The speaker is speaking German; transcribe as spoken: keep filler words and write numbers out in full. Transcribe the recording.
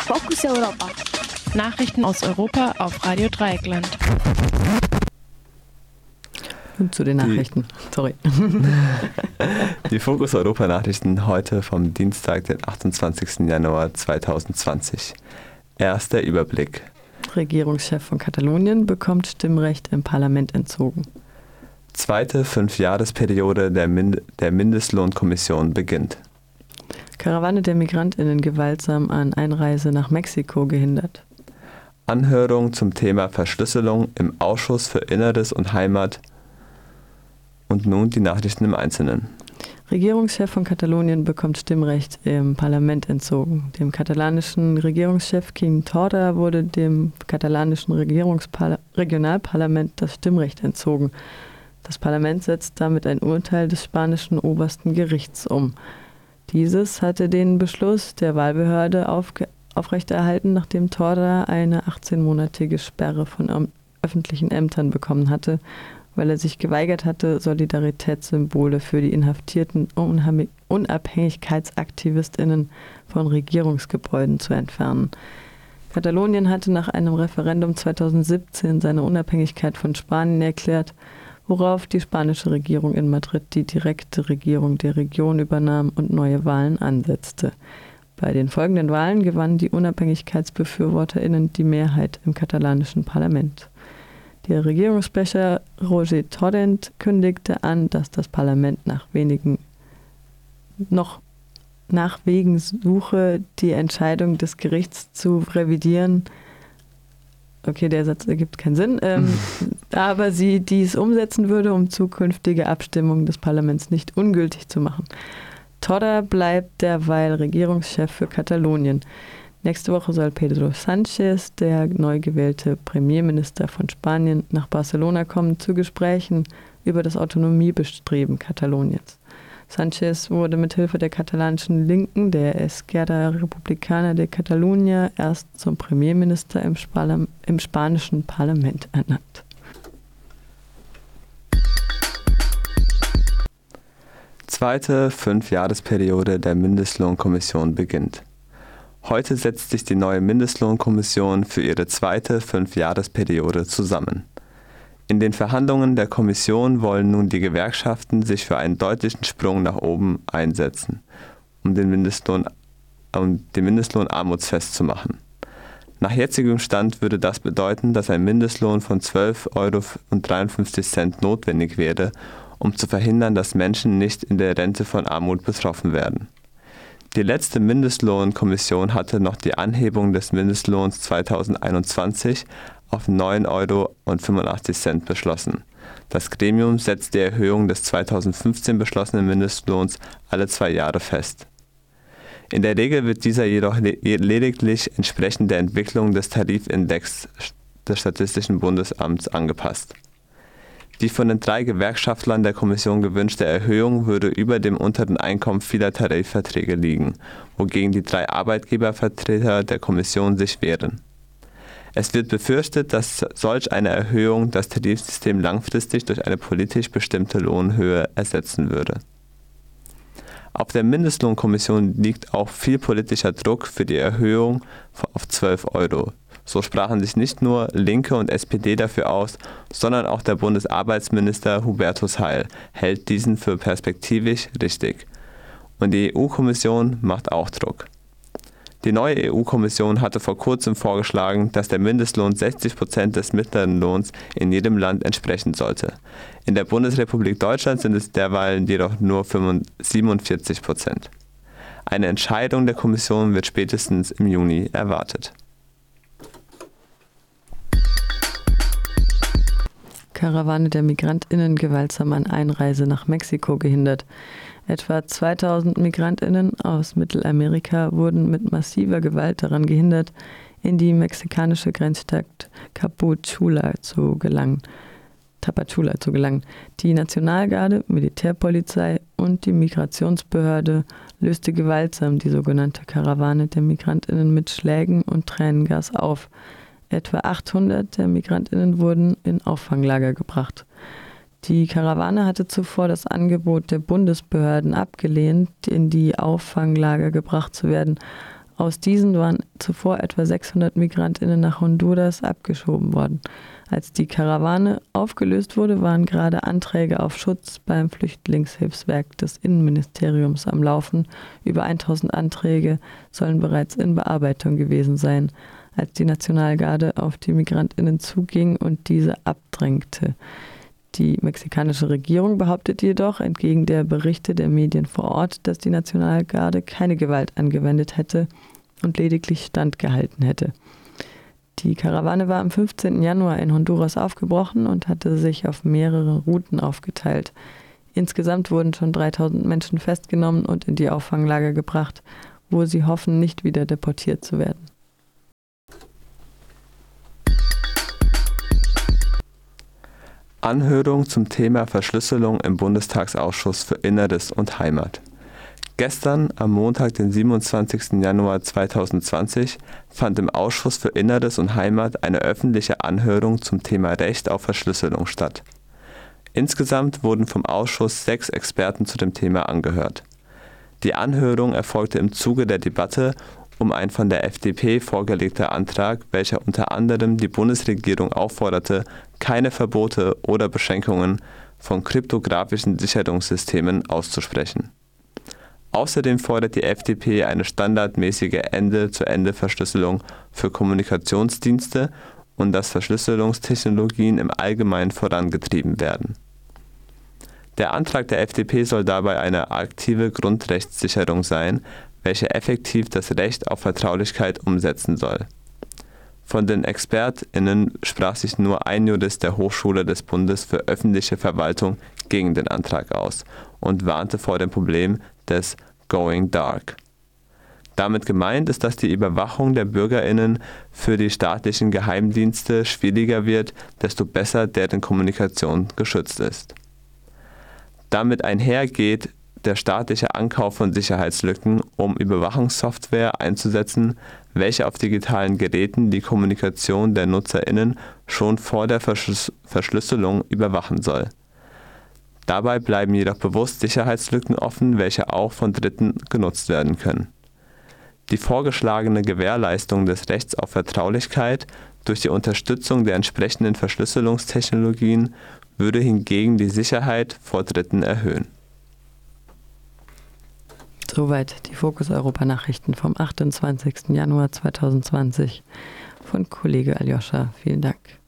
Fokus Europa. Nachrichten aus Europa auf Radio Dreieckland. Und zu den Nachrichten. Die, Sorry. Die Fokus Europa Nachrichten heute vom Dienstag, den achtundzwanzigsten Januar zweitausendzwanzig. Erster Überblick. Regierungschef von Katalonien bekommt Stimmrecht im Parlament entzogen. Zweite Fünfjahresperiode der, Mind- der Mindestlohnkommission beginnt. Karawane der MigrantInnen gewaltsam an Einreise nach Mexiko gehindert. Anhörung zum Thema Verschlüsselung im Ausschuss für Inneres und Heimat. Und nun die Nachrichten im Einzelnen. Regierungschef von Katalonien bekommt Stimmrecht im Parlament entzogen. Dem katalanischen Regierungschef Quim Torra wurde dem katalanischen Regierungspar- Regionalparlament das Stimmrecht entzogen. Das Parlament setzt damit ein Urteil des spanischen obersten Gerichts um. Dieses hatte den Beschluss der Wahlbehörde aufge- aufrechterhalten, nachdem Torra eine achtzehnmonatige Sperre von ähm, öffentlichen Ämtern bekommen hatte, weil er sich geweigert hatte, Solidaritätssymbole für die inhaftierten Unheim- UnabhängigkeitsaktivistInnen von Regierungsgebäuden zu entfernen. Katalonien hatte nach einem Referendum zweitausendsiebzehn seine Unabhängigkeit von Spanien erklärt, worauf die spanische Regierung in Madrid die direkte Regierung der Region übernahm und neue Wahlen ansetzte. Bei den folgenden Wahlen gewannen die UnabhängigkeitsbefürworterInnen die Mehrheit im katalanischen Parlament. Der Regierungssprecher Roger Torrent kündigte an, dass das Parlament nach wenigen noch nach wegen suche, die Entscheidung des Gerichts zu revidieren. Okay, der Satz ergibt keinen Sinn, ähm, aber sie dies umsetzen würde, um zukünftige Abstimmungen des Parlaments nicht ungültig zu machen. Torra bleibt derweil Regierungschef für Katalonien. Nächste Woche soll Pedro Sánchez, der neu gewählte Premierminister von Spanien, nach Barcelona kommen zu Gesprächen über das Autonomiebestreben Kataloniens. Sánchez wurde mithilfe der katalanischen Linken, der Esquerra Republicana de Catalunya, erst zum Premierminister im, Spal- im spanischen Parlament ernannt. Zweite Fünfjahresperiode der Mindestlohnkommission beginnt. Heute setzt sich die neue Mindestlohnkommission für ihre zweite Fünfjahresperiode zusammen. In den Verhandlungen der Kommission wollen nun die Gewerkschaften sich für einen deutlichen Sprung nach oben einsetzen, um den Mindestlohn, um den Mindestlohn armutsfest zu machen. Nach jetzigem Stand würde das bedeuten, dass ein Mindestlohn von zwölf Euro dreiundfünfzig notwendig wäre, um zu verhindern, dass Menschen nicht in der Rente von Armut betroffen werden. Die letzte Mindestlohnkommission hatte noch die Anhebung des Mindestlohns zweitausendeinundzwanzig auf neun Euro fünfundachtzig beschlossen. Das Gremium setzt die Erhöhung des zweitausendfünfzehn beschlossenen Mindestlohns alle zwei Jahre fest. In der Regel wird dieser jedoch lediglich entsprechend der Entwicklung des Tarifindex des Statistischen Bundesamts angepasst. Die von den drei Gewerkschaftlern der Kommission gewünschte Erhöhung würde über dem unteren Einkommen vieler Tarifverträge liegen, wogegen die drei Arbeitgebervertreter der Kommission sich wehren. Es wird befürchtet, dass solch eine Erhöhung das Tarifsystem langfristig durch eine politisch bestimmte Lohnhöhe ersetzen würde. Auf der Mindestlohnkommission liegt auch viel politischer Druck für die Erhöhung auf zwölf Euro. So sprachen sich nicht nur Linke und S P D dafür aus, sondern auch der Bundesarbeitsminister Hubertus Heil hält diesen für perspektivisch richtig. Und die E U-Kommission macht auch Druck. Die neue E U-Kommission hatte vor kurzem vorgeschlagen, dass der Mindestlohn sechzig Prozent des mittleren Lohns in jedem Land entsprechen sollte. In der Bundesrepublik Deutschland sind es derweil jedoch nur siebenundvierzig Prozent. Eine Entscheidung der Kommission wird spätestens im Juni erwartet. Karawane der MigrantInnen gewaltsam an Einreise nach Mexiko gehindert. Etwa zweitausend MigrantInnen aus Mittelamerika wurden mit massiver Gewalt daran gehindert, in die mexikanische Grenzstadt Tapachula zu gelangen. Tapachula zu gelangen. Die Nationalgarde, Militärpolizei und die Migrationsbehörde löste gewaltsam die sogenannte Karawane der MigrantInnen mit Schlägen und Tränengas auf. Etwa achthundert der MigrantInnen wurden in Auffanglager gebracht. Die Karawane hatte zuvor das Angebot der Bundesbehörden abgelehnt, in die Auffanglager gebracht zu werden, Aus diesen waren zuvor etwa sechshundert Migrantinnen nach Honduras abgeschoben worden. Als die Karawane aufgelöst wurde, waren gerade Anträge auf Schutz beim Flüchtlingshilfswerk des Innenministeriums am Laufen. Über tausend Anträge sollen bereits in Bearbeitung gewesen sein, als die Nationalgarde auf die Migrantinnen zuging und diese abdrängte. Die mexikanische Regierung behauptet jedoch, entgegen der Berichte der Medien vor Ort, dass die Nationalgarde keine Gewalt angewendet hätte und lediglich standgehalten hätte. Die Karawane war am fünfzehnten Januar in Honduras aufgebrochen und hatte sich auf mehrere Routen aufgeteilt. Insgesamt wurden schon dreitausend Menschen festgenommen und in die Auffanglager gebracht, wo sie hoffen, nicht wieder deportiert zu werden. Anhörung zum Thema Verschlüsselung im Bundestagsausschuss für Inneres und Heimat. Gestern, am Montag, den siebenundzwanzigsten Januar zweitausendzwanzig, fand im Ausschuss für Inneres und Heimat eine öffentliche Anhörung zum Thema Recht auf Verschlüsselung statt. Insgesamt wurden vom Ausschuss sechs Experten zu dem Thema angehört. Die Anhörung erfolgte im Zuge der Debatte um ein von der F D P vorgelegter Antrag, welcher unter anderem die Bundesregierung aufforderte, keine Verbote oder Beschränkungen von kryptografischen Sicherungssystemen auszusprechen. Außerdem fordert die F D P eine standardmäßige Ende-zu-Ende-Verschlüsselung für Kommunikationsdienste und dass Verschlüsselungstechnologien im Allgemeinen vorangetrieben werden. Der Antrag der F D P soll dabei eine aktive Grundrechtssicherung sein, welche effektiv das Recht auf Vertraulichkeit umsetzen soll. Von den ExpertInnen sprach sich nur ein Jurist der Hochschule des Bundes für öffentliche Verwaltung gegen den Antrag aus und warnte vor dem Problem des Going Dark. Damit gemeint ist, dass die Überwachung der BürgerInnen für die staatlichen Geheimdienste schwieriger wird, desto besser deren Kommunikation geschützt ist. Damit einhergeht der staatliche Ankauf von Sicherheitslücken, um Überwachungssoftware einzusetzen, welche auf digitalen Geräten die Kommunikation der NutzerInnen schon vor der Verschlüs- Verschlüsselung überwachen soll. Dabei bleiben jedoch bewusst Sicherheitslücken offen, welche auch von Dritten genutzt werden können. Die vorgeschlagene Gewährleistung des Rechts auf Vertraulichkeit durch die Unterstützung der entsprechenden Verschlüsselungstechnologien würde hingegen die Sicherheit vor Dritten erhöhen. Soweit die Fokus Europa Nachrichten vom achtundzwanzigsten Januar zweitausendzwanzig von Kollege Aljoscha. Vielen Dank.